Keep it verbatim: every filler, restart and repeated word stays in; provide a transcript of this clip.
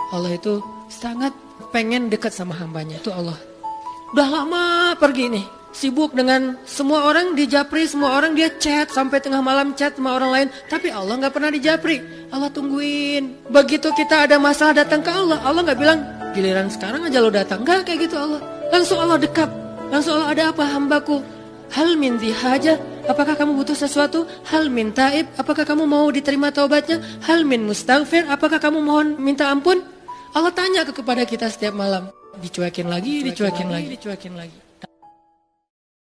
Allah itu sangat pengen dekat sama hambanya. Itu Allah. Udah lama pergi nih, sibuk dengan semua orang di japri, semua orang dia chat sampai tengah malam chat sama orang lain, tapi Allah nggak pernah di japri. Allah tungguin. Begitu kita ada masalah datang ke Allah, Allah nggak bilang giliran sekarang aja lo datang, nggak kayak gitu Allah. Langsung Allah dekat, langsung Allah, ada apa hambaku? Hal min haja, apakah kamu butuh sesuatu? Hal min taib, apakah kamu mau diterima taubatnya? Hal min mustaghfir, apakah kamu mohon minta ampun? Allah tanya kepada kita setiap malam. Dicuekin lagi, dicuekin, dicuekin lagi, dicuekin lagi.